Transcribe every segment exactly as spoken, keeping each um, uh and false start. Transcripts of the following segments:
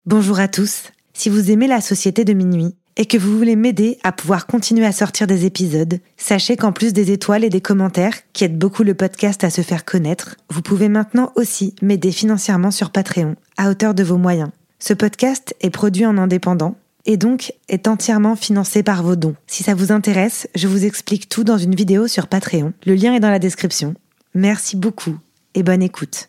Bonjour à tous. Si vous aimez La Société de Minuit et que vous voulez m'aider à pouvoir continuer à sortir des épisodes, sachez qu'en plus des étoiles et des commentaires qui aident beaucoup le podcast à se faire connaître, vous pouvez maintenant aussi m'aider financièrement sur Patreon, à hauteur de vos moyens. Ce podcast est produit en indépendant et donc est entièrement financé par vos dons. Si ça vous intéresse, je vous explique tout dans une vidéo sur Patreon. Le lien est dans la description. Merci beaucoup et bonne écoute.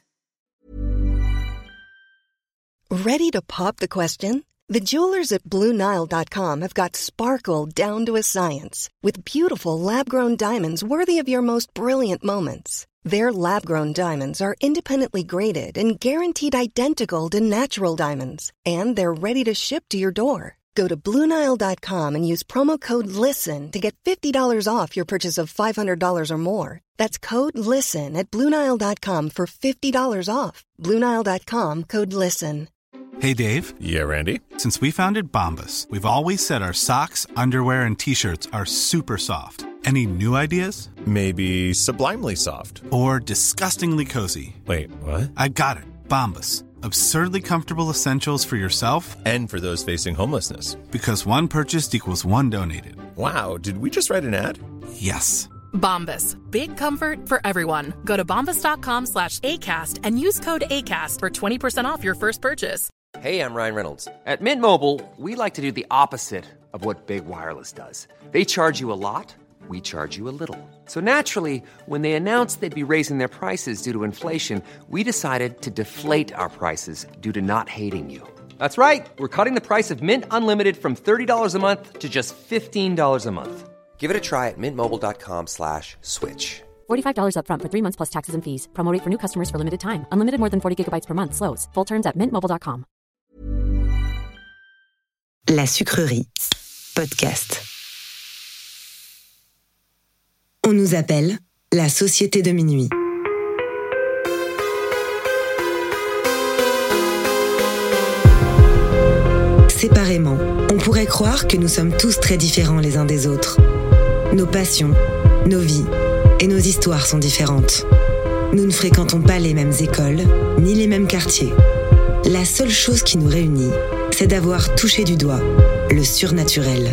Ready to pop the question? The jewelers at Blue Nile dot com have got sparkle down to a science with beautiful lab-grown diamonds worthy of your most brilliant moments. Their lab-grown diamonds are independently graded and guaranteed identical to natural diamonds, and they're ready to ship to your door. Go to Blue Nile dot com and use promo code LISTEN to get fifty dollars off your purchase of five hundred dollars or more. That's code LISTEN at Blue Nile dot com for fifty dollars off. Blue Nile dot com, code LISTEN. Hey, Dave. Yeah, Randy? Since we founded Bombas, we've always said our socks, underwear, and T-shirts are super soft. Any new ideas? Maybe sublimely soft. Or disgustingly cozy. Wait, what? I got it. Bombas. Absurdly comfortable essentials for yourself and for those facing homelessness. Because one purchased equals one donated. Wow, did we just write an ad? Yes. Bombas. Big comfort for everyone. Go to bombas.com slash ACAST and use code ACAST for twenty percent off your first purchase. Hey, I'm Ryan Reynolds. At Mint Mobile, we like to do the opposite of what Big Wireless does. They charge you a lot, we charge you a little. So naturally, when they announced they'd be raising their prices due to inflation, we decided to deflate our prices due to not hating you. That's right. We're cutting the price of Mint Unlimited from thirty dollars a month to just fifteen dollars a month. Give it a try at mintmobile.com slash switch. forty-five dollars up front for three months plus taxes and fees. Promo rate for new customers for limited time. Unlimited more than forty gigabytes per month. Slows full terms at mint mobile dot com. La Sucrerie, podcast. On nous appelle La Société de Minuit. Séparément, on pourrait croire que nous sommes tous très différents les uns des autres. Nos passions, nos vies et nos histoires sont différentes. Nous ne fréquentons pas les mêmes écoles, ni les mêmes quartiers. La seule chose qui nous réunit, c'est d'avoir touché du doigt le surnaturel.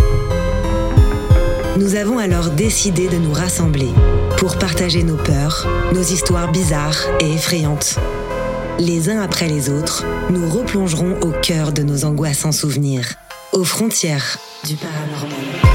Nous avons alors décidé de nous rassembler pour partager nos peurs, nos histoires bizarres et effrayantes. Les uns après les autres, nous replongerons au cœur de nos angoissants souvenirs, aux frontières du paranormal.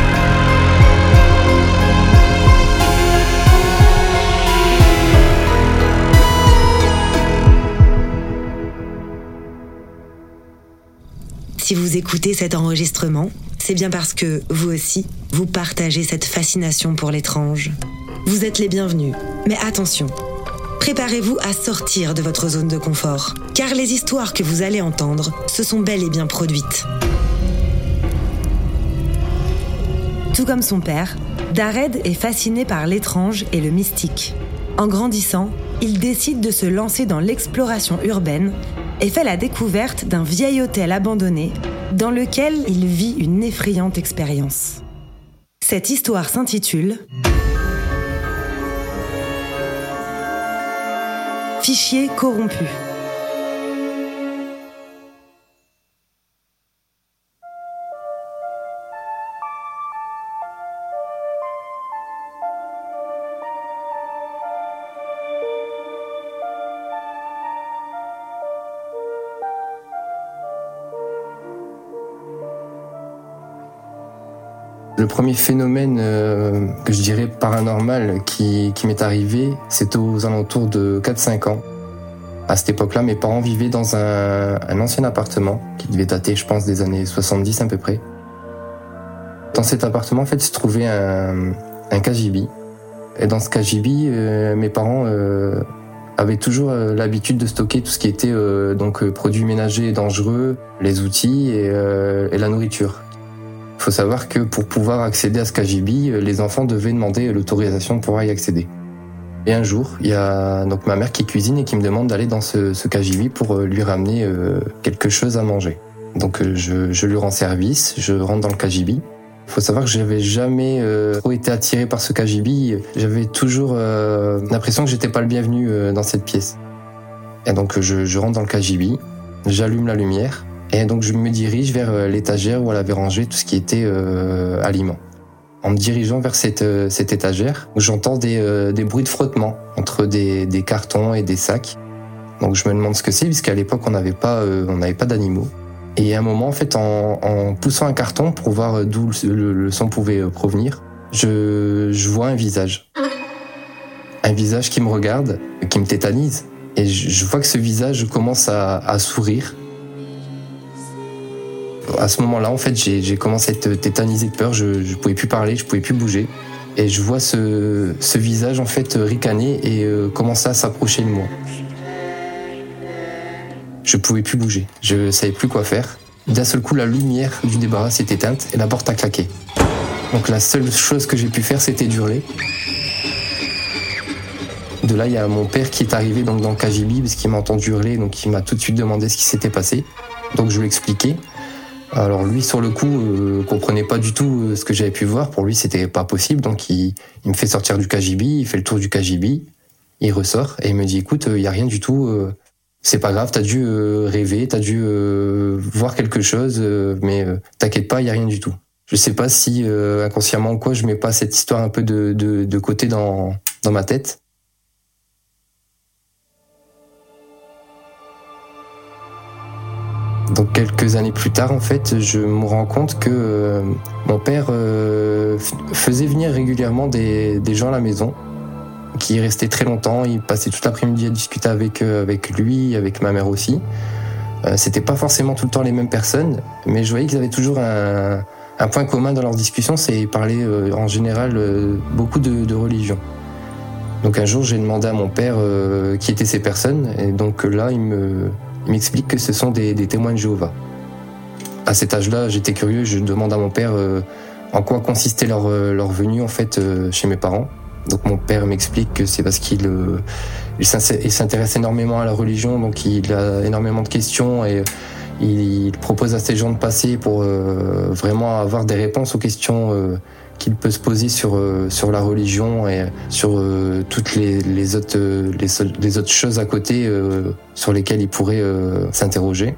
Si vous écoutez cet enregistrement, c'est bien parce que, vous aussi, vous partagez cette fascination pour l'étrange. Vous êtes les bienvenus, mais attention, préparez-vous à sortir de votre zone de confort, car les histoires que vous allez entendre se sont bel et bien produites. Tout comme son père, Dared est fasciné par l'étrange et le mystique. En grandissant, il décide de se lancer dans l'exploration urbaine et fait la découverte d'un vieil hôtel abandonné dans lequel il vit une effrayante expérience. Cette histoire s'intitule Fichier corrompu. Le premier phénomène euh, que je dirais paranormal qui, qui m'est arrivé, c'est aux alentours de quatre cinq ans. À cette époque-là, mes parents vivaient dans un, un ancien appartement qui devait dater, je pense, des années soixante-dix à peu près. Dans cet appartement, en fait, se trouvait un, un cagibi. Et dans ce cagibi, euh, mes parents euh, avaient toujours euh, l'habitude de stocker tout ce qui était euh, donc euh, produits ménagers dangereux, les outils et, euh, et la nourriture. Il faut savoir que pour pouvoir accéder à ce cagibi, les enfants devaient demander l'autorisation pour y accéder. Et un jour, il y a donc ma mère qui cuisine et qui me demande d'aller dans ce, ce cagibi pour lui ramener euh, quelque chose à manger. Donc je, je lui rends service, je rentre dans le cagibi. Il faut savoir que j'avais jamais euh, trop été attiré par ce cagibi. J'avais toujours euh, l'impression que j'étais pas le bienvenu euh, dans cette pièce. Et donc je, je rentre dans le cagibi. j'allume la lumière et donc je me dirige vers l'étagère où elle avait rangé tout ce qui était euh, aliments. En me dirigeant vers cette, euh, cette étagère, j'entends des, euh, des bruits de frottement entre des, des cartons et des sacs. Donc je me demande ce que c'est, puisqu'à l'époque on n'avait pas, euh, on n'avait pas d'animaux. Et à un moment, en fait, en, en poussant un carton pour voir d'où le, le, le son pouvait provenir, je, je vois un visage. Un visage qui me regarde, qui me tétanise. Et je, je vois que ce visage commence à, à sourire. À ce moment-là, en fait, j'ai, j'ai commencé à être tétanisé de peur. Je ne pouvais plus parler, je ne pouvais plus bouger. Et je vois ce, ce visage, en fait, ricaner et euh, commencer à s'approcher de moi. Je pouvais plus bouger, je savais plus quoi faire. D'un seul coup, la lumière du débarras s'est éteinte et la porte a claqué. Donc la seule chose que j'ai pu faire, c'était d'hurler. De là, il y a mon père qui est arrivé donc dans le K G B parce qu'il m'a entendu hurler, donc il m'a tout de suite demandé ce qui s'était passé. Donc je lui ai expliqué. Alors lui, sur le coup, euh, comprenait pas du tout ce que j'avais pu voir. Pour lui, c'était pas possible. Donc il, il me fait sortir du K G B, il fait le tour du K G B, il ressort et il me dit "Écoute, il y a rien du tout. Euh, C'est pas grave, t'as dû euh, rêver, t'as dû euh, voir quelque chose, euh, mais euh, t'inquiète pas, y a rien du tout." Je sais pas si euh, inconsciemment ou quoi, je mets pas cette histoire un peu de, de, de côté dans, dans ma tête. Donc quelques années plus tard, en fait, je me rends compte que euh, mon père euh, faisait venir régulièrement des, des gens à la maison, qui restait très longtemps. Il passait toute l'après-midi à discuter avec euh, avec lui, avec ma mère aussi. Euh, c'était pas forcément tout le temps les mêmes personnes, mais je voyais qu'ils avaient toujours un, un point commun dans leur discussion, c'est qu'ils parlaient euh, en général euh, beaucoup de, de religion. Donc un jour, j'ai demandé à mon père euh, qui étaient ces personnes, et donc là, il me il m'explique que ce sont des, des témoins de Jéhovah. À cet âge-là, j'étais curieux, je demande à mon père euh, en quoi consistait leur euh, leur venue en fait euh, chez mes parents. Donc mon père m'explique que c'est parce qu'il euh, il s'intéresse énormément à la religion, donc il a énormément de questions et il propose à ces gens de passer pour euh, vraiment avoir des réponses aux questions euh, qu'il peut se poser sur euh, sur la religion et sur euh, toutes les les autres euh, les, les autres choses à côté euh, sur lesquelles il pourrait euh, s'interroger.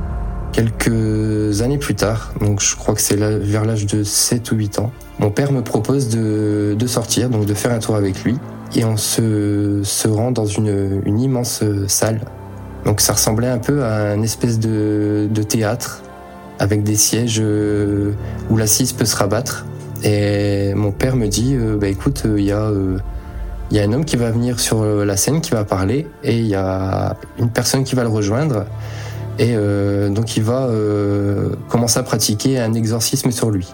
Quelques années plus tard, donc je crois que c'est là, vers l'âge de sept ou huit ans, mon père me propose de, de sortir, donc de faire un tour avec lui, et on se, se rend dans une, une immense salle. Donc ça ressemblait un peu à une espèce de, de théâtre, avec des sièges où l'assise peut se rabattre. Et mon père me dit, euh, bah écoute, il y a... Euh, il y a un homme qui va venir sur la scène, qui va parler, et il y a une personne qui va le rejoindre. Et euh, donc il va euh, commencer à pratiquer un exorcisme sur lui.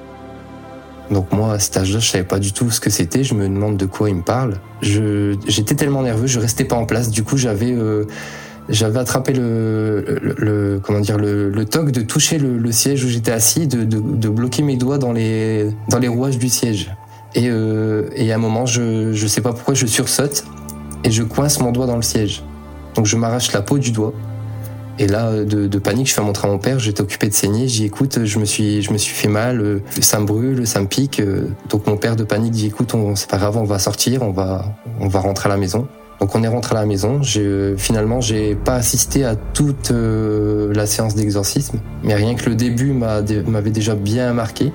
Donc moi, à cet âge-là, je savais pas du tout ce que c'était. Je me demande de quoi il me parle. Je, j'étais tellement nerveux, je restais pas en place. Du coup, j'avais, euh, j'avais attrapé le, le, le comment dire, le, le toc de toucher le, le siège où j'étais assis, de, de, de bloquer mes doigts dans les, dans les rouages du siège. Et, euh, et à un moment, je, je sais pas pourquoi, je sursaute et je coince mon doigt dans le siège. Donc je m'arrache la peau du doigt. Et là, de, de panique, je fais montrer à mon père, j'étais occupé de saigner, j'ai dit écoute, je me suis, je me suis fait mal, ça me brûle, ça me pique. Donc mon père de panique dit écoute, on, c'est pas grave, on va sortir, on va, on va rentrer à la maison. Donc on est rentré à la maison. J'ai, finalement, j'ai pas assisté à toute euh, la séance d'exorcisme, mais rien que le début m'a, m'avait déjà bien marqué.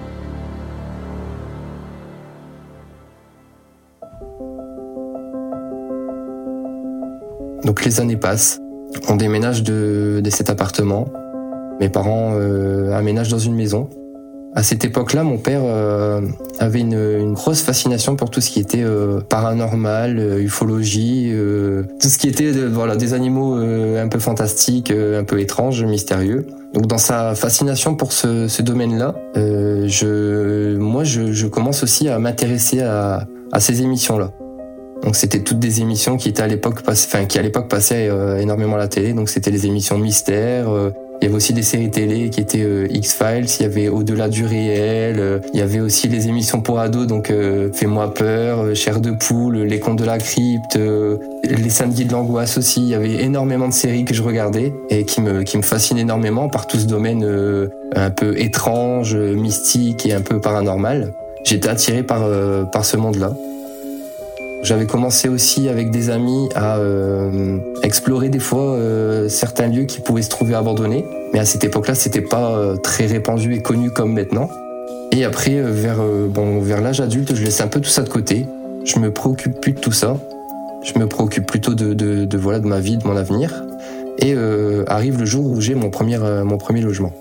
Donc les années passent. On déménage de, de cet appartement. Mes parents euh, aménagent dans une maison. À cette époque-là, mon père euh, avait une, une grosse fascination pour tout ce qui était euh, paranormal, euh, ufologie, euh, tout ce qui était de, voilà, des animaux euh, un peu fantastiques, euh, un peu étranges, mystérieux. Donc dans sa fascination pour ce, ce domaine-là, euh, je, moi je, je commence aussi à m'intéresser à, à ces émissions-là. Donc c'était toutes des émissions qui étaient à l'époque, enfin qui à l'époque passaient euh, énormément à la télé. Donc c'était les émissions mystères. Euh, il y avait aussi des séries télé qui étaient euh, X-Files. Il y avait Au-delà du réel. Euh, il y avait aussi les émissions pour ados. Donc euh, Fais-moi peur, euh, Chair de poule, Les contes de la crypte, euh, Les samedis de l'angoisse aussi. Il y avait énormément de séries que je regardais et qui me qui me fascinaient énormément par tout ce domaine euh, un peu étrange, mystique et un peu paranormal. J'étais attiré par euh, par ce monde-là. J'avais commencé aussi avec des amis à euh, explorer des fois euh, certains lieux qui pouvaient se trouver abandonnés. Mais à cette époque-là, c'était pas euh, très répandu et connu comme maintenant. Et après, euh, vers, euh, bon, vers l'âge adulte, je laisse un peu tout ça de côté. Je me préoccupe plus de tout ça. Je me préoccupe plutôt de, de, de, voilà, de ma vie, de mon avenir. Et euh, arrive le jour où j'ai mon premier, euh, mon premier logement.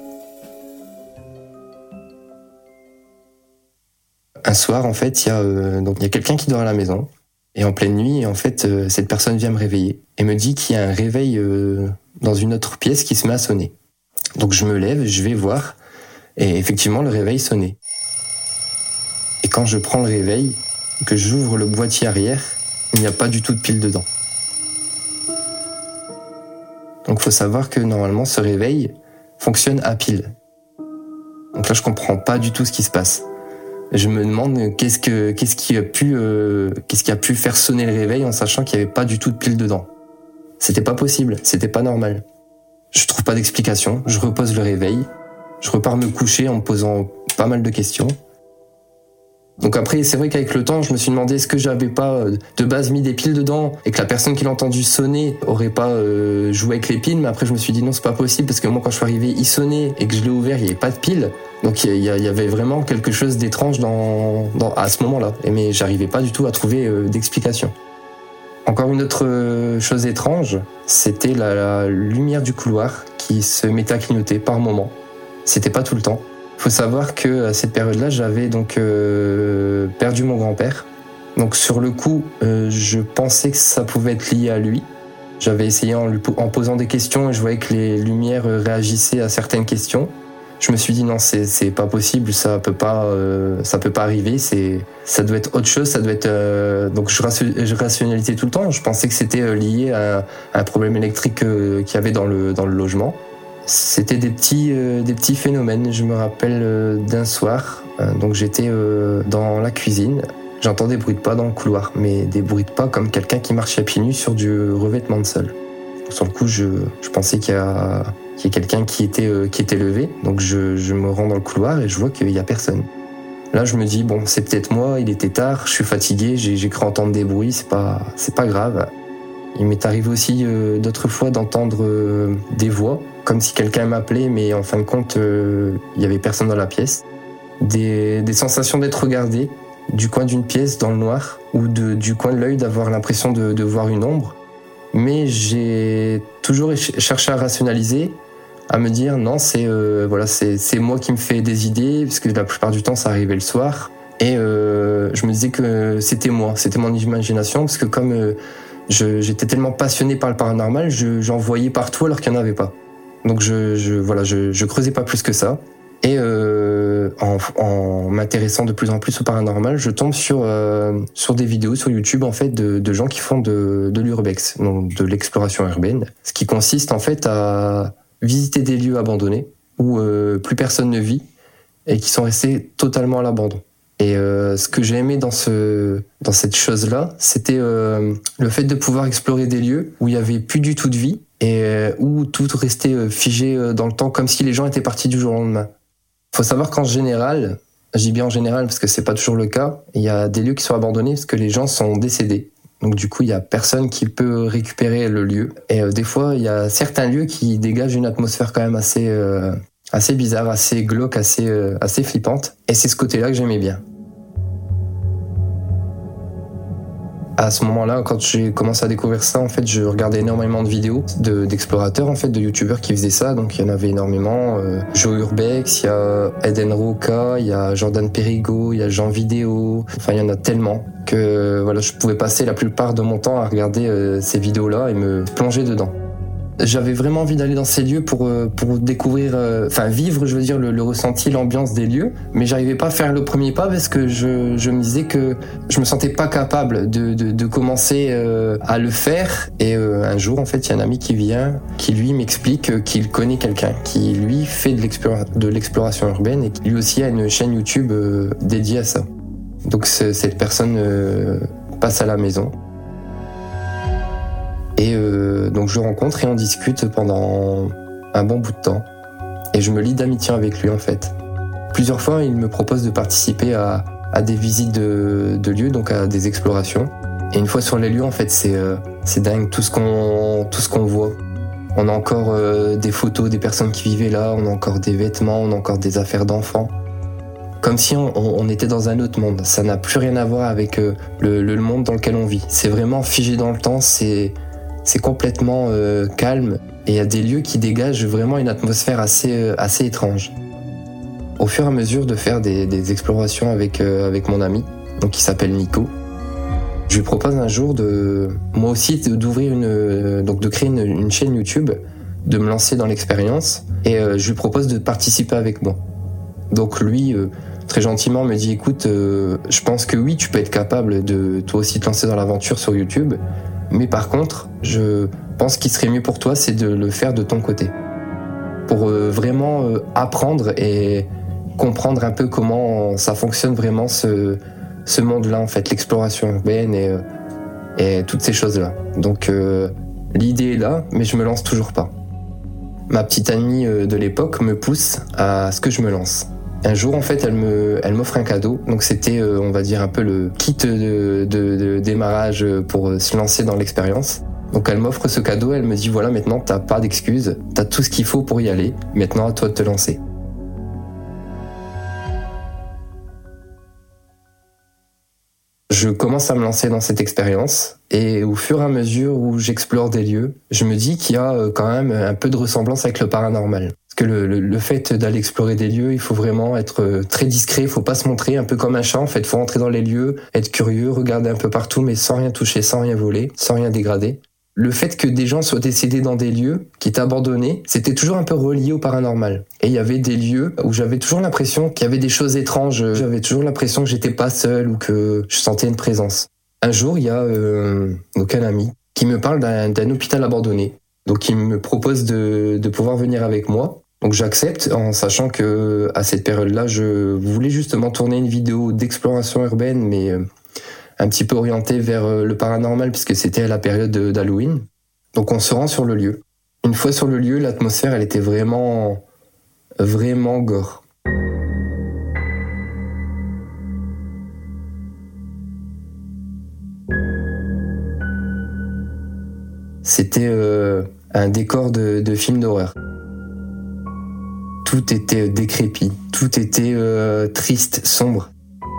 Un soir, en fait, il y a, euh, donc, il y a quelqu'un qui dort à la maison. Et en pleine nuit, en fait, euh, cette personne vient me réveiller et me dit qu'il y a un réveil euh, dans une autre pièce qui se met à sonner. Donc je me lève, je vais voir, et effectivement, le réveil sonnait. Et quand je prends le réveil, que j'ouvre le boîtier arrière, il n'y a pas du tout de pile dedans. Donc il faut savoir que normalement, ce réveil fonctionne à pile. Donc là, je comprends pas du tout ce qui se passe. Je me demande qu'est-ce que qu'est-ce qui a pu euh, qu'est-ce qui a pu faire sonner le réveil en sachant qu'il n'y avait pas du tout de pile dedans. C'était pas possible, c'était pas normal. Je trouve pas d'explication, je repose le réveil, je repars me coucher en me posant pas mal de questions. Donc après, c'est vrai qu'avec le temps, je me suis demandé est-ce que j'avais pas de base mis des piles dedans et que la personne qui l'a entendu sonner aurait pas euh, joué avec les piles, mais après je me suis dit non, c'est pas possible parce que moi quand je suis arrivé, il sonnait et que je l'ai ouvert, il y avait pas de piles. Donc il y, y avait vraiment quelque chose d'étrange dans, dans à ce moment-là, mais j'arrivais pas du tout à trouver euh, d'explication. Encore une autre chose étrange, c'était la, la lumière du couloir qui se mettait à clignoter par moment. C'était pas tout le temps. Il faut savoir que à cette période-là, j'avais donc euh, perdu mon grand-père. Donc sur le coup, euh, je pensais que ça pouvait être lié à lui. J'avais essayé en, lui, en posant des questions et je voyais que les lumières réagissaient à certaines questions. Je me suis dit non, c'est c'est pas possible, ça peut pas euh, ça peut pas arriver, c'est ça doit être autre chose, ça doit être euh, donc je, je rationalisais tout le temps. Je pensais que c'était lié à, à un problème électrique euh, qu'il y avait dans le dans le logement. C'était des petits, euh, des petits phénomènes. Je me rappelle euh, d'un soir, euh, donc j'étais euh, dans la cuisine. J'entends des bruits de pas dans le couloir, mais des bruits de pas comme quelqu'un qui marchait à pieds nus sur du revêtement de sol. Sur le coup, je, je pensais qu'il y a, qu'il y a quelqu'un qui était, euh, qui était levé. Donc je, je me rends dans le couloir et je vois qu'il y a personne. Là, je me dis bon, c'est peut-être moi. Il était tard, je suis fatigué, j'ai, j'ai cru entendre des bruits. C'est pas, c'est pas grave. Il m'est arrivé aussi euh, d'autres fois d'entendre euh, des voix, comme si quelqu'un m'appelait, mais en fin de compte, euh, il y avait personne dans la pièce. Des, des sensations d'être regardé du coin d'une pièce dans le noir, ou de, du coin de l'œil d'avoir l'impression de, de voir une ombre. Mais j'ai toujours cherché à rationaliser, à me dire non, c'est euh, voilà, c'est, c'est moi qui me fais des idées, parce que la plupart du temps, ça arrivait le soir. Et euh, je me disais que c'était moi, c'était mon imagination, parce que comme euh, Je, j'étais tellement passionné par le paranormal, je, j'en voyais partout alors qu'il n'y en avait pas. Donc je, je, voilà, je, je creusais pas plus que ça. Et euh, en, en m'intéressant de plus en plus au paranormal, je tombe sur, euh, sur des vidéos sur YouTube en fait de, de gens qui font de, de l'urbex, donc de l'exploration urbaine. Ce qui consiste en fait à visiter des lieux abandonnés où euh, plus personne ne vit et qui sont restés totalement à l'abandon. Et euh, ce que j'ai aimé dans ce dans cette chose-là, c'était euh, le fait de pouvoir explorer des lieux où il y avait plus du tout de vie et euh, où tout restait euh, figé euh, dans le temps, comme si les gens étaient partis du jour au lendemain. Faut savoir qu'en général, je dis bien en général parce que c'est pas toujours le cas, il y a des lieux qui sont abandonnés parce que les gens sont décédés. Donc du coup, il y a personne qui peut récupérer le lieu. Et euh, des fois, il y a certains lieux qui dégagent une atmosphère quand même assez euh, assez bizarre, assez glauque, assez euh, assez flippante. Et c'est ce côté-là que j'aimais bien. À ce moment-là, quand j'ai commencé à découvrir ça, en fait, je regardais énormément de vidéos de, d'explorateurs, en fait, de youtubeurs qui faisaient ça. Donc, il y en avait énormément. Euh, Joe Urbex, il y a Eden Roca, il y a Jordan Perigo, il y a Jean Vidéo. Enfin, il y en a tellement que, voilà, je pouvais passer la plupart de mon temps à regarder euh, ces vidéos-là et me plonger dedans. J'avais vraiment envie d'aller dans ces lieux pour pour découvrir, enfin euh, vivre, je veux dire, le, le ressenti, l'ambiance des lieux. Mais j'arrivais pas à faire le premier pas parce que je je me disais que je me sentais pas capable de de, de commencer euh, à le faire. Et euh, un jour, en fait, il y a un ami qui vient, qui lui m'explique qu'il connaît quelqu'un qui lui fait de l'explora- de l'exploration urbaine et qui lui aussi a une chaîne YouTube euh, dédiée à ça. Donc cette personne euh, passe à la maison. Et euh, donc je le rencontre et on discute pendant un bon bout de temps. Et je me lie d'amitié avec lui en fait. Plusieurs fois, il me propose de participer à, à des visites de, de lieux, donc à des explorations. Et une fois sur les lieux, en fait, c'est, euh, c'est dingue tout ce qu'on, tout ce qu'on voit. On a encore euh, des photos des personnes qui vivaient là, on a encore des vêtements, on a encore des affaires d'enfants. Comme si on, on était dans un autre monde. Ça n'a plus rien à voir avec euh, le, le monde dans lequel on vit. C'est vraiment figé dans le temps, c'est, c'est complètement euh, calme. Et il y a des lieux qui dégagent vraiment une atmosphère assez, euh, assez étrange. Au fur et à mesure de faire des, des explorations avec, euh, avec mon ami, donc qui s'appelle Nico, je lui propose un jour de, moi aussi, d'ouvrir une, donc de créer une, une chaîne YouTube, de me lancer dans l'expérience, et euh, je lui propose de participer avec moi. Donc lui, euh, très gentiment, me dit, écoute, euh, je pense que oui, tu peux être capable de toi aussi te lancer dans l'aventure sur YouTube, mais par contre, je pense qu'il serait mieux pour toi, c'est de le faire de ton côté, pour euh, vraiment euh, apprendre et comprendre un peu comment ça fonctionne vraiment ce ce monde-là, en fait, l'exploration urbaine et, euh, et toutes ces choses-là. Donc euh, l'idée est là, mais je me lance toujours pas. Ma petite amie euh, de l'époque me pousse à ce que je me lance. Un jour, en fait, elle me, elle m'offre un cadeau. Donc c'était, euh, on va dire, un peu le kit de, de, de démarrage pour se lancer dans l'expérience. Donc elle m'offre ce cadeau, elle me dit, voilà, maintenant t'as pas d'excuses, t'as tout ce qu'il faut pour y aller. Maintenant, à toi de te lancer. Je commence à me lancer dans cette expérience et au fur et à mesure où j'explore des lieux, je me dis qu'il y a quand même un peu de ressemblance avec le paranormal. Parce que le, le, le fait d'aller explorer des lieux, il faut vraiment être très discret, il faut pas se montrer, un peu comme un chat en fait. Il faut rentrer dans les lieux, être curieux, regarder un peu partout mais sans rien toucher, sans rien voler, sans rien dégrader. Le fait que des gens soient décédés dans des lieux qui étaient abandonnés, c'était toujours un peu relié au paranormal. Et il y avait des lieux où j'avais toujours l'impression qu'il y avait des choses étranges. J'avais toujours l'impression que j'étais pas seul ou que je sentais une présence. Un jour, il y a euh, donc un ami qui me parle d'un, d'un hôpital abandonné. Donc il me propose de, de pouvoir venir avec moi. Donc j'accepte en sachant que à cette période-là, je voulais justement tourner une vidéo d'exploration urbaine, mais euh, un petit peu orienté vers le paranormal puisque c'était à la période d'Halloween. Donc on se rend sur le lieu. Une fois sur le lieu, l'atmosphère, elle était vraiment, vraiment gore. C'était euh, un décor de, de film d'horreur. Tout était décrépit, tout était euh, triste, sombre.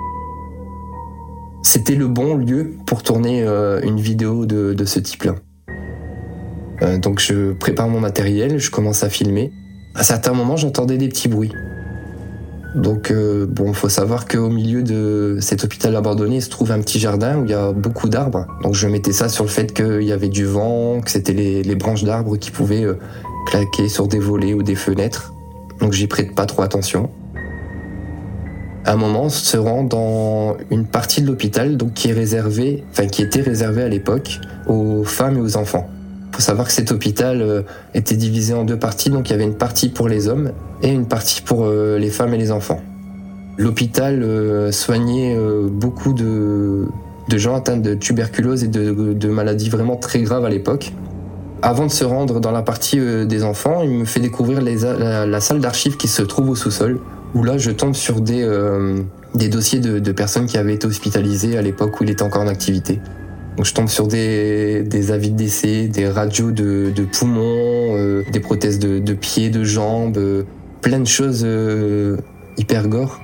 C'était le bon lieu pour tourner euh, une vidéo de, de ce type-là. Euh, donc je prépare mon matériel, je commence à filmer. À certains moments, j'entendais des petits bruits. Donc euh, bon, faut savoir qu'au milieu de cet hôpital abandonné, il se trouve un petit jardin où il y a beaucoup d'arbres. Donc je mettais ça sur le fait qu'il y avait du vent, que c'était les, les branches d'arbres qui pouvaient euh, claquer sur des volets ou des fenêtres. Donc j'y prête pas trop attention. À un moment, on se rend dans une partie de l'hôpital donc qui est réservée, enfin qui était réservée à l'époque aux femmes et aux enfants. Il faut savoir que cet hôpital euh, était divisé en deux parties, donc il y avait une partie pour les hommes et une partie pour euh, les femmes et les enfants. L'hôpital euh, soignait euh, beaucoup de, de gens atteints de tuberculose et de, de maladies vraiment très graves à l'époque. Avant de se rendre dans la partie euh, des enfants, il me fait découvrir les, la, la salle d'archives qui se trouve au sous-sol, où là je tombe sur des, euh, des dossiers de, de personnes qui avaient été hospitalisées à l'époque où il était encore en activité. Donc je tombe sur des, des avis de décès, des radios de, de poumons, euh, des prothèses de, de pieds, de jambes, euh, plein de choses euh, hyper gore.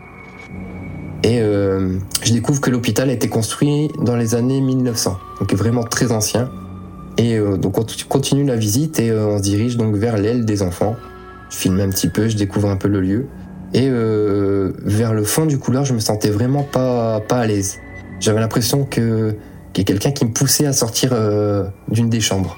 Et euh, je découvre que l'hôpital a été construit dans les années mille neuf cents, donc vraiment très ancien. Et euh, donc on continue la visite et euh, on se dirige donc vers l'aile des enfants. Je filme un petit peu, je découvre un peu le lieu. Et euh, vers le fond du couloir, je me sentais vraiment pas, pas à l'aise. J'avais l'impression que, qu'il y a quelqu'un qui me poussait à sortir euh, d'une des chambres.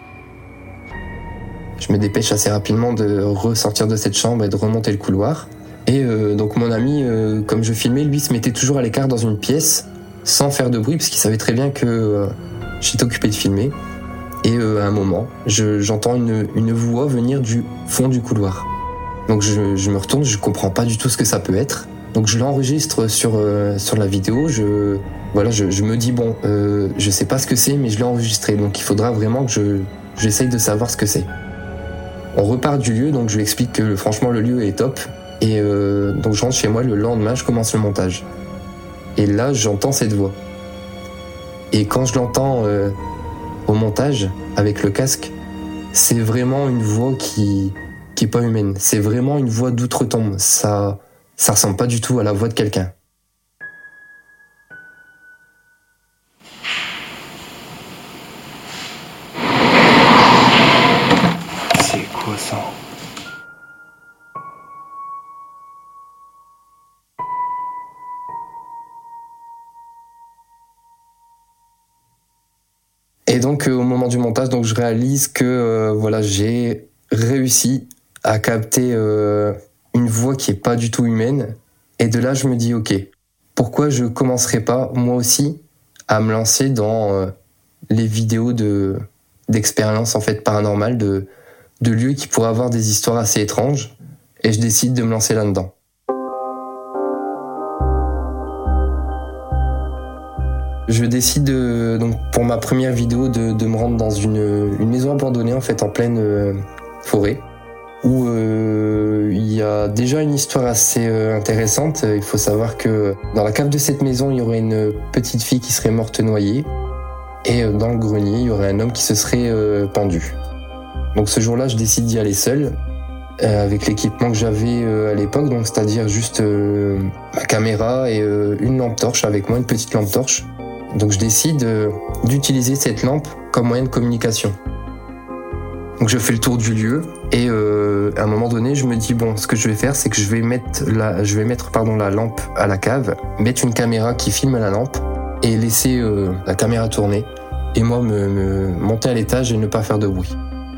Je me dépêche assez rapidement de ressortir de cette chambre et de remonter le couloir. Et euh, donc mon ami, euh, comme je filmais, lui se mettait toujours à l'écart dans une pièce, sans faire de bruit, parce qu'il savait très bien que euh, j'étais occupé de filmer. Et euh, à un moment, je, j'entends une, une voix venir du fond du couloir. Donc je, je me retourne, je comprends pas du tout ce que ça peut être. Donc je l'enregistre sur euh, sur la vidéo. Je voilà, je, je me dis bon, euh, je sais pas ce que c'est, mais je l'ai enregistré. Donc il faudra vraiment que je j'essaye de savoir ce que c'est. On repart du lieu, donc je lui explique que franchement le lieu est top. Et euh, donc je rentre chez moi le lendemain, je commence le montage. Et là j'entends cette voix. Et quand je l'entends euh, au montage, avec le casque, c'est vraiment une voix qui qui est pas humaine. C'est vraiment une voix d'outre-tombe. Ça, ça ressemble pas du tout à la voix de quelqu'un. C'est quoi ça ? Et donc euh, au moment du montage, donc je réalise que euh, voilà, j'ai réussi à capter euh, une voix qui est pas du tout humaine. Et de là, je me dis ok, pourquoi je commencerais pas moi aussi à me lancer dans euh, les vidéos de d'expériences en fait paranormales, de de lieux qui pourraient avoir des histoires assez étranges. Et je décide de me lancer là-dedans. Je décide de, donc pour ma première vidéo de, de me rendre dans une, une maison abandonnée en fait en pleine euh, forêt où euh, il y a déjà une histoire assez euh, intéressante. Il faut savoir que dans la cave de cette maison il y aurait une petite fille qui serait morte noyée et euh, dans le grenier il y aurait un homme qui se serait euh, pendu. Donc ce jour-là je décide d'y aller seul euh, avec l'équipement que j'avais euh, à l'époque, donc c'est-à-dire juste euh, ma caméra et euh, une lampe torche avec moi, une petite lampe torche. Donc je décide euh, d'utiliser cette lampe comme moyen de communication. Donc je fais le tour du lieu et euh, à un moment donné je me dis bon, ce que je vais faire c'est que je vais mettre la, je vais mettre pardon la lampe à la cave, mettre une caméra qui filme la lampe et laisser euh, la caméra tourner et moi me, me monter à l'étage et ne pas faire de bruit.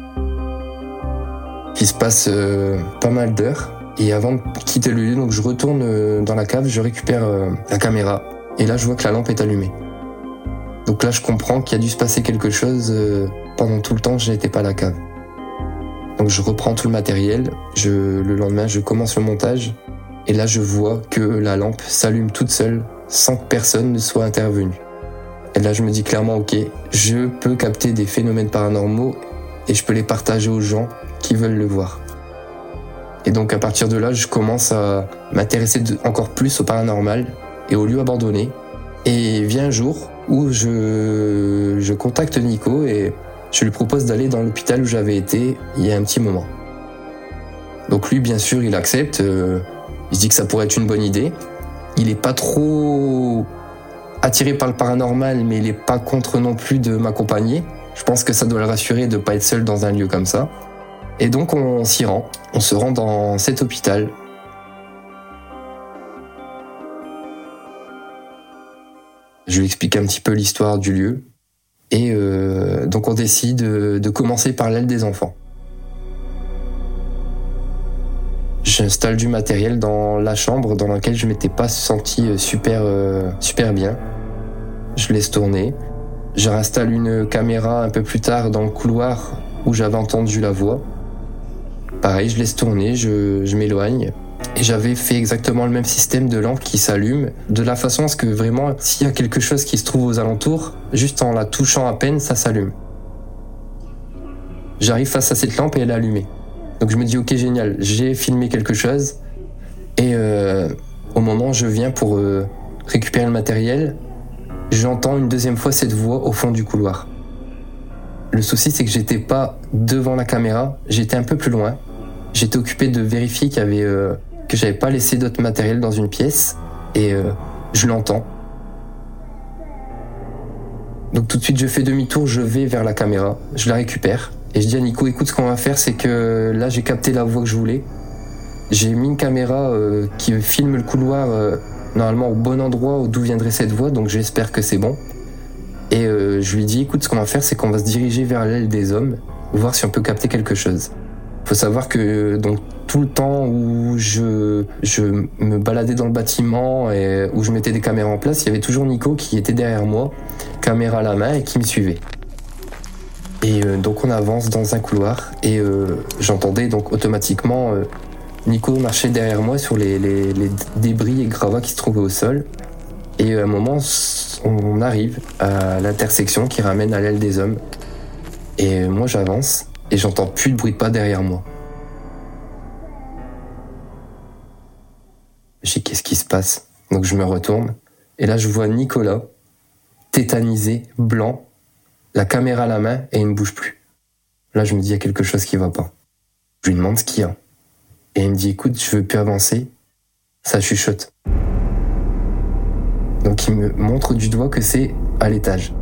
Il se passe euh, pas mal d'heures et avant de quitter le lieu, donc je retourne euh, dans la cave, je récupère euh, la caméra et là je vois que la lampe est allumée. Donc là, je comprends qu'il y a dû se passer quelque chose euh, pendant tout le temps que je n'étais pas à la cave. Donc je reprends tout le matériel, je, le lendemain, je commence le montage, et là, je vois que la lampe s'allume toute seule, sans que personne ne soit intervenu. Et là, je me dis clairement, ok, je peux capter des phénomènes paranormaux, et je peux les partager aux gens qui veulent le voir. Et donc à partir de là, je commence à m'intéresser de, encore plus au paranormal, et aux lieux abandonnés. Et vient un jour où je, je contacte Nico et je lui propose d'aller dans l'hôpital où j'avais été il y a un petit moment. Donc lui, bien sûr, il accepte. Euh, il se dit que ça pourrait être une bonne idée. Il est pas trop attiré par le paranormal, mais il est pas contre non plus de m'accompagner. Je pense que ça doit le rassurer de pas être seul dans un lieu comme ça. Et donc on s'y rend. On se rend dans cet hôpital. Je lui explique un petit peu l'histoire du lieu. Et euh, donc on décide de commencer par l'aile des enfants. J'installe du matériel dans la chambre dans laquelle je m'étais pas senti super, euh, super bien. Je laisse tourner. Je réinstalle une caméra un peu plus tard dans le couloir où j'avais entendu la voix. Pareil, je laisse tourner, je, je m'éloigne. Et j'avais fait exactement le même système de lampe qui s'allume, de la façon à ce que vraiment, s'il y a quelque chose qui se trouve aux alentours, juste en la touchant à peine, ça s'allume. J'arrive face à cette lampe et elle est allumée. Donc je me dis, ok, génial, j'ai filmé quelque chose. Et euh, au moment où je viens pour euh, récupérer le matériel, j'entends une deuxième fois cette voix au fond du couloir. Le souci, c'est que j'étais pas devant la caméra, j'étais un peu plus loin. J'étais occupé de vérifier qu'il y avait... Euh, que j'avais pas laissé d'autres matériel dans une pièce et euh, je l'entends. Donc tout de suite je fais demi-tour, je vais vers la caméra, je la récupère et je dis à Nico, écoute, ce qu'on va faire c'est que là j'ai capté la voix que je voulais. J'ai mis une caméra euh, qui filme le couloir euh, normalement au bon endroit d'où viendrait cette voix, donc j'espère que c'est bon. Et euh, je lui dis, écoute, ce qu'on va faire c'est qu'on va se diriger vers l'aile des hommes, voir si on peut capter quelque chose. Faut savoir que donc tout le temps où je je me baladais dans le bâtiment et où je mettais des caméras en place, il y avait toujours Nico qui était derrière moi, caméra à la main et qui me suivait. Et euh, donc on avance dans un couloir et euh, j'entendais donc automatiquement euh, Nico marcher derrière moi sur les, les, les débris et gravats qui se trouvaient au sol. Et à un moment, on arrive à l'intersection qui ramène à l'aile des hommes. Et moi j'avance. Et j'entends plus de bruit de pas derrière moi. Je dis, qu'est-ce qui se passe ? Donc je me retourne. Et là, je vois Nicolas tétanisé, blanc, la caméra à la main et il ne bouge plus. Là, je me dis, il y a quelque chose qui va pas. Je lui demande ce qu'il y a. Et il me dit, écoute, je veux plus avancer. Ça chuchote. Donc il me montre du doigt que c'est à l'étage.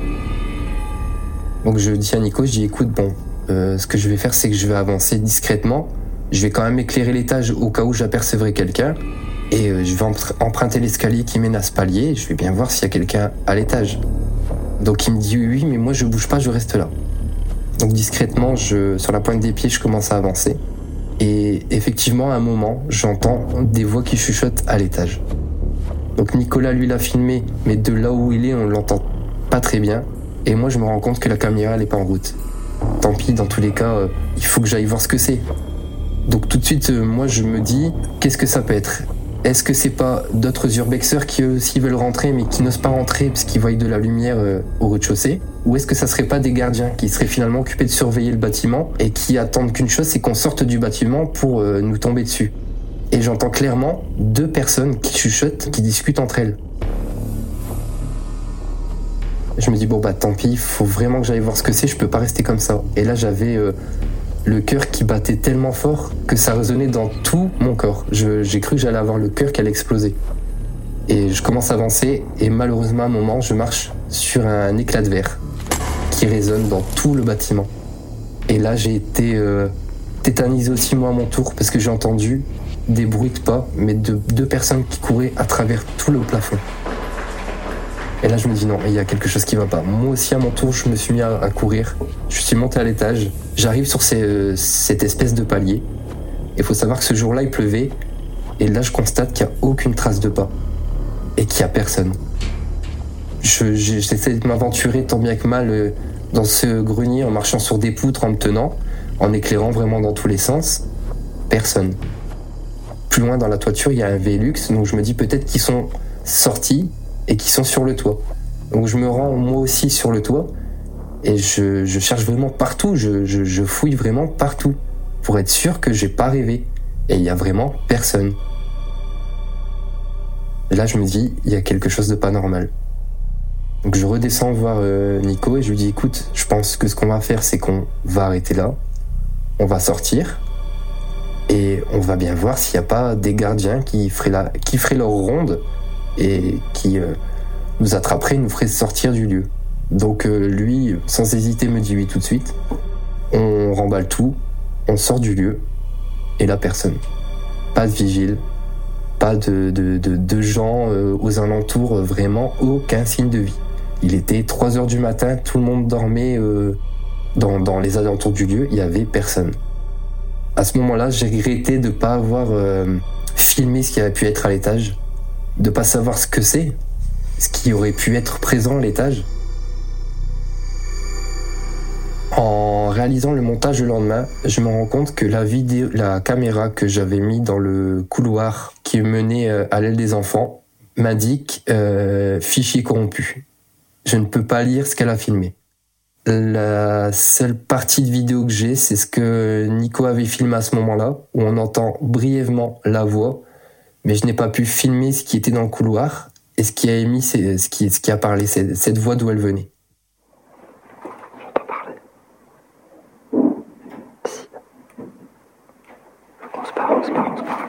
Donc je dis à Nico, je dis, écoute, bon, euh, ce que je vais faire, c'est que je vais avancer discrètement. Je vais quand même éclairer l'étage au cas où j'apercevrai quelqu'un. Et euh, je vais emprunter l'escalier qui mène à ce palier. Je vais bien voir s'il y a quelqu'un à l'étage. Donc il me dit, oui, oui, mais moi je bouge pas, je reste là. Donc discrètement, je, sur la pointe des pieds, je commence à avancer. Et effectivement, à un moment, j'entends des voix qui chuchotent à l'étage. Donc Nicolas, lui, l'a filmé, mais de là où il est, on l'entend pas très bien. Et moi, je me rends compte que la caméra, elle est pas en route. Tant pis, dans tous les cas, euh, il faut que j'aille voir ce que c'est. Donc tout de suite, euh, moi, je me dis, qu'est-ce que ça peut être ? Est-ce que c'est pas d'autres urbexeurs qui eux aussi veulent rentrer mais qui n'osent pas rentrer parce qu'ils voient de la lumière euh, au rez-de-chaussée ? Ou est-ce que ça serait pas des gardiens qui seraient finalement occupés de surveiller le bâtiment et qui attendent qu'une chose, c'est qu'on sorte du bâtiment pour euh, nous tomber dessus ? Et j'entends clairement deux personnes qui chuchotent, qui discutent entre elles. Je me dis, bon bah tant pis, il faut vraiment que j'aille voir ce que c'est, je peux pas rester comme ça. Et là j'avais... Euh, le cœur qui battait tellement fort que ça résonnait dans tout mon corps. Je, j'ai cru que j'allais avoir le cœur qui allait exploser. Et je commence à avancer et malheureusement à un moment, je marche sur un éclat de verre qui résonne dans tout le bâtiment. Et là, j'ai été euh, tétanisé aussi moi à mon tour parce que j'ai entendu des bruits de pas, mais de deux personnes qui couraient à travers tout le plafond. Et là, je me dis non, il y a quelque chose qui va pas. Moi aussi, à mon tour, je me suis mis à, à courir. Je suis monté à l'étage. J'arrive sur ces, euh, cette espèce de palier. Il faut savoir que ce jour-là, il pleuvait. Et là, je constate qu'il n'y a aucune trace de pas. Et qu'il n'y a personne. Je, j'essaie de m'aventurer tant bien que mal euh, dans ce grenier en marchant sur des poutres, en me tenant, en éclairant vraiment dans tous les sens. Personne. Plus loin dans la toiture, il y a un Velux. Donc je me dis peut-être qu'ils sont sortis et qui sont sur le toit. Donc je me rends moi aussi sur le toit et je, je cherche vraiment partout, je, je, je fouille vraiment partout pour être sûr que j'ai pas rêvé. Et il y a vraiment personne. Et là je me dis, il y a quelque chose de pas normal. Donc je redescends voir euh, Nico et je lui dis, écoute, je pense que ce qu'on va faire, c'est qu'on va arrêter là, on va sortir et on va bien voir s'il n'y a pas des gardiens qui feraient, la, qui feraient leur ronde et qui euh, nous attraperait et nous ferait sortir du lieu. Donc euh, lui, sans hésiter, me dit oui tout de suite. On remballe tout, on sort du lieu, et là personne. Pas de vigile, pas de, de, de, de gens euh, aux alentours, euh, vraiment aucun signe de vie. Il était trois heures du matin, tout le monde dormait euh, dans, dans les alentours du lieu, il n'y avait personne. À ce moment-là, j'ai regretté de ne pas avoir euh, filmé ce qui avait pu être à l'étage, de pas savoir ce que c'est, ce qui aurait pu être présent à l'étage. En réalisant le montage le lendemain, je me rends compte que la vidéo, la caméra que j'avais mis dans le couloir qui menait à l'aile des enfants m'indique euh, fichier corrompu. Je ne peux pas lire ce qu'elle a filmé. La seule partie de vidéo que j'ai, c'est ce que Nico avait filmé à ce moment-là, où on entend brièvement la voix, mais je n'ai pas pu filmer ce qui était dans le couloir et ce qui a émis, c'est ce qui, ce qui a parlé, c'est cette voix d'où elle venait. J'entends parler. Si. On se parle, on se parle, on se parle.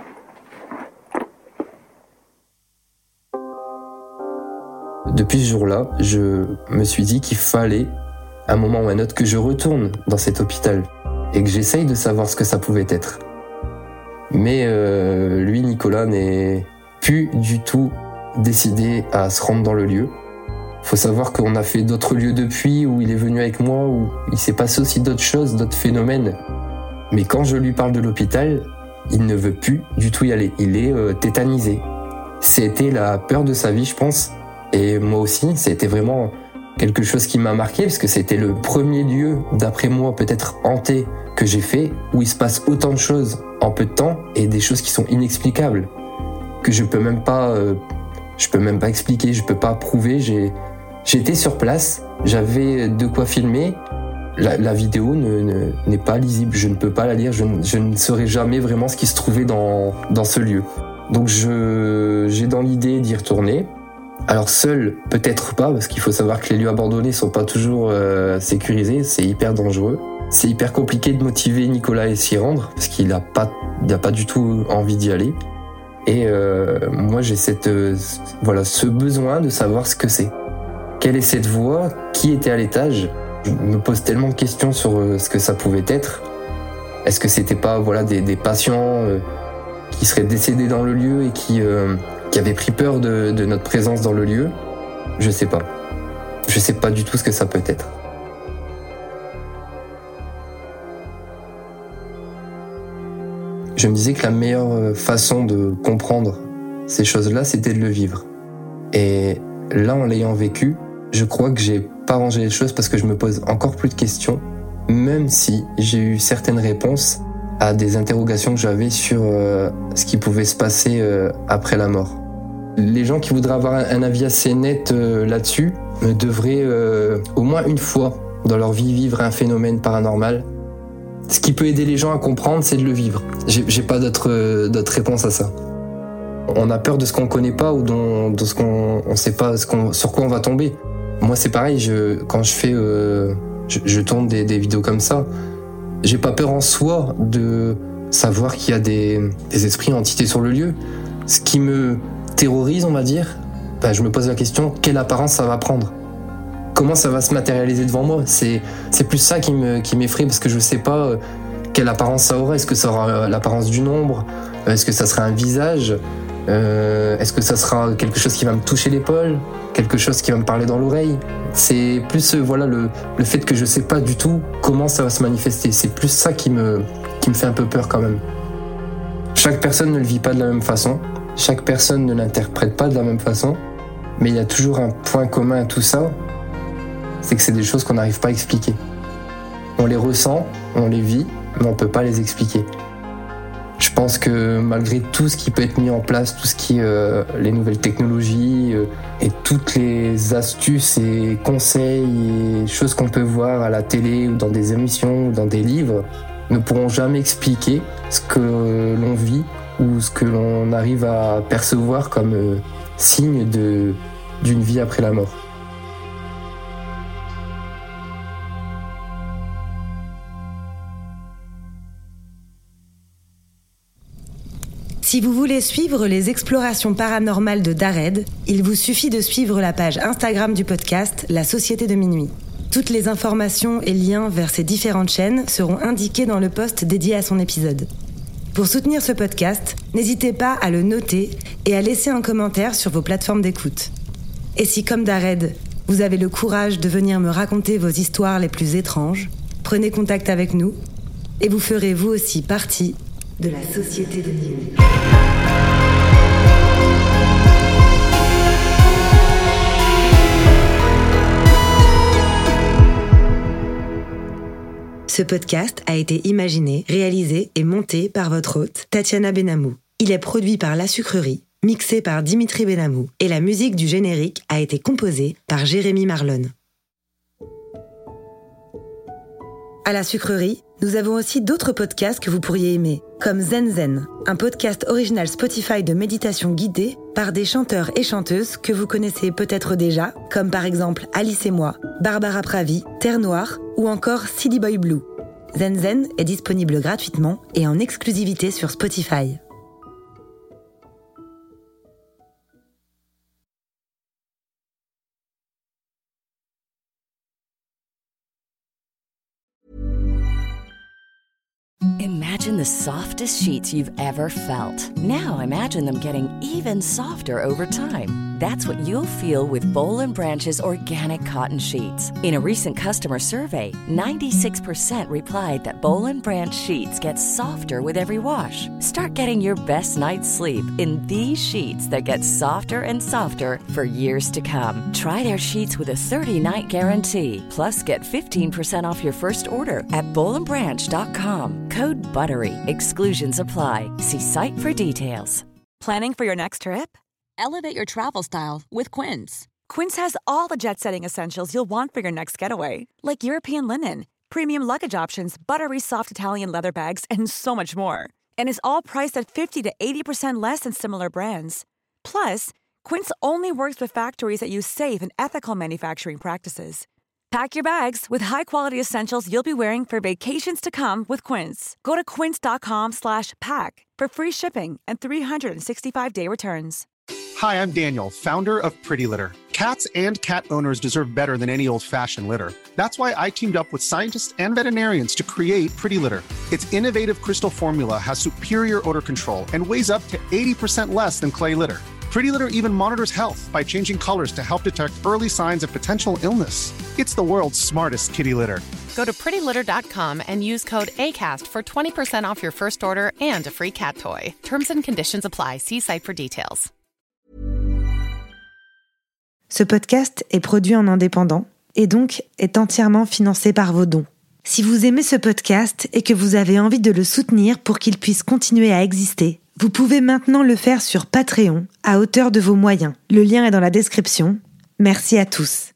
Depuis ce jour-là, je me suis dit qu'il fallait, à un moment ou à un autre, que je retourne dans cet hôpital et que j'essaye de savoir ce que ça pouvait être. Mais euh, lui, Nicolas, n'est plus du tout décidé à se rendre dans le lieu. Faut savoir qu'on a fait d'autres lieux depuis, où il est venu avec moi, où il s'est passé aussi d'autres choses, d'autres phénomènes. Mais quand je lui parle de l'hôpital, il ne veut plus du tout y aller. Il est euh, tétanisé. C'était la peur de sa vie, je pense. Et moi aussi, c'était vraiment quelque chose qui m'a marqué, parce que c'était le premier lieu, d'après moi, peut-être hanté, que j'ai fait, où il se passe autant de choses en peu de temps, et des choses qui sont inexplicables, que je peux même pas, euh, je peux même pas expliquer, je peux pas prouver. J'ai, j'étais sur place, j'avais de quoi filmer. La, la vidéo ne, ne, n'est pas lisible, je ne peux pas la lire, je ne, je ne saurais jamais vraiment ce qui se trouvait dans, dans ce lieu. Donc je, j'ai dans l'idée d'y retourner, Alors seul, peut-être pas, parce qu'il faut savoir que les lieux abandonnés sont pas toujours euh, sécurisés, c'est hyper dangereux. C'est hyper compliqué de motiver Nicolas à s'y rendre, parce qu'il a pas, il a pas du tout envie d'y aller. Et euh, moi j'ai cette, euh, voilà, ce besoin de savoir ce que c'est. Quelle est cette voix? Qui était à l'étage? Je me pose tellement de questions sur euh, ce que ça pouvait être. Est-ce que c'était pas, voilà, des, des patients euh, qui seraient décédés dans le lieu et qui, euh, qui avaient pris peur de, de notre présence dans le lieu? Je sais pas. Je sais pas du tout ce que ça peut être. Je me disais que la meilleure façon de comprendre ces choses-là, c'était de le vivre. Et là, en l'ayant vécu, je crois que j'ai pas rangé les choses parce que je me pose encore plus de questions, même si j'ai eu certaines réponses à des interrogations que j'avais sur euh, ce qui pouvait se passer euh, après la mort. Les gens qui voudraient avoir un avis assez net euh, là-dessus devraient euh, au moins une fois dans leur vie vivre un phénomène paranormal. Ce qui peut aider les gens à comprendre, c'est de le vivre. J'ai, j'ai pas d'autre, euh, d'autre réponse à ça. On a peur de ce qu'on connaît pas ou de, de ce qu'on on sait pas ce qu'on, sur quoi on va tomber. Moi, c'est pareil. Je, quand je fais, euh, je, je tourne des, des vidéos comme ça, j'ai pas peur en soi de savoir qu'il y a des, des esprits, entités sur le lieu. Ce qui me terrorise, on va dire, ben, je me pose la question, quelle apparence ça va prendre? Comment ça va se matérialiser devant moi? C'est, c'est plus ça qui, me, qui m'effraie parce que je sais pas euh, quelle apparence ça aura. Est-ce que ça aura euh, l'apparence d'une ombre? Est-ce que ça sera un visage? euh, Est-ce que ça sera quelque chose qui va me toucher l'épaule? Quelque chose qui va me parler dans l'oreille? C'est plus euh, voilà, le, le fait que je sais pas du tout comment ça va se manifester. C'est plus ça qui me, qui me fait un peu peur quand même. Chaque personne ne le vit pas de la même façon. Chaque personne ne l'interprète pas de la même façon. Mais il y a toujours un point commun à tout ça. C'est que c'est des choses qu'on n'arrive pas à expliquer. On les ressent, on les vit, mais on ne peut pas les expliquer. Je pense que malgré tout ce qui peut être mis en place, tout ce qui est euh, les nouvelles technologies euh, et toutes les astuces et conseils et choses qu'on peut voir à la télé ou dans des émissions ou dans des livres, ne pourront jamais expliquer ce que l'on vit ou ce que l'on arrive à percevoir comme euh, signe de, d'une vie après la mort. Si vous voulez suivre les explorations paranormales de Dared, il vous suffit de suivre la page Instagram du podcast La Société de Minuit. Toutes les informations et liens vers ces différentes chaînes seront indiqués dans le post dédié à son épisode. Pour soutenir ce podcast, n'hésitez pas à le noter et à laisser un commentaire sur vos plateformes d'écoute. Et si, comme Dared, vous avez le courage de venir me raconter vos histoires les plus étranges, prenez contact avec nous et vous ferez vous aussi partie de la Société de Minuit. Ce podcast a été imaginé, réalisé et monté par votre hôte, Tatiana Benamou. Il est produit par La Sucrerie, mixé par Dimitri Benamou, et la musique du générique a été composée par Jérémy Marlon. À La Sucrerie, nous avons aussi d'autres podcasts que vous pourriez aimer, comme Zen Zen, un podcast original Spotify de méditation guidée par des chanteurs et chanteuses que vous connaissez peut-être déjà, comme par exemple Alice et moi, Barbara Pravi, Terre Noire ou encore Silly Boy Blue. Zen Zen est disponible gratuitement et en exclusivité sur Spotify. Imagine the softest sheets you've ever felt. Now imagine them getting even softer over time. That's what you'll feel with Boll and Branch's organic cotton sheets. In a recent customer survey, ninety-six percent replied that Boll and Branch sheets get softer with every wash. Start getting your best night's sleep in these sheets that get softer and softer for years to come. Try their sheets with a thirty-night guarantee. Plus, get fifteen percent off your first order at boll and branch dot com. Code BUTTERY. Exclusions apply. See site for details. Planning for your next trip? Elevate your travel style with Quince. Quince has all the jet-setting essentials you'll want for your next getaway, like European linen, premium luggage options, buttery soft Italian leather bags, and so much more. And is all priced at fifty to eighty percent less than similar brands. Plus, Quince only works with factories that use safe and ethical manufacturing practices. Pack your bags with high-quality essentials you'll be wearing for vacations to come with Quince. Go to quince.com slash pack for free shipping and three sixty-five day returns. Hi, I'm Daniel, founder of Pretty Litter. Cats and cat owners deserve better than any old-fashioned litter. That's why I teamed up with scientists and veterinarians to create Pretty Litter. Its innovative crystal formula has superior odor control and weighs up to eighty percent less than clay litter. Pretty Litter even monitors health by changing colors to help detect early signs of potential illness. It's the world's smartest kitty litter. Go to pretty litter dot com and use code ACAST for twenty percent off your first order and a free cat toy. Terms and conditions apply. See site for details. Ce podcast est produit en indépendant et donc est entièrement financé par vos dons. Si vous aimez ce podcast et que vous avez envie de le soutenir pour qu'il puisse continuer à exister, vous pouvez maintenant le faire sur Patreon, à hauteur de vos moyens. Le lien est dans la description. Merci à tous.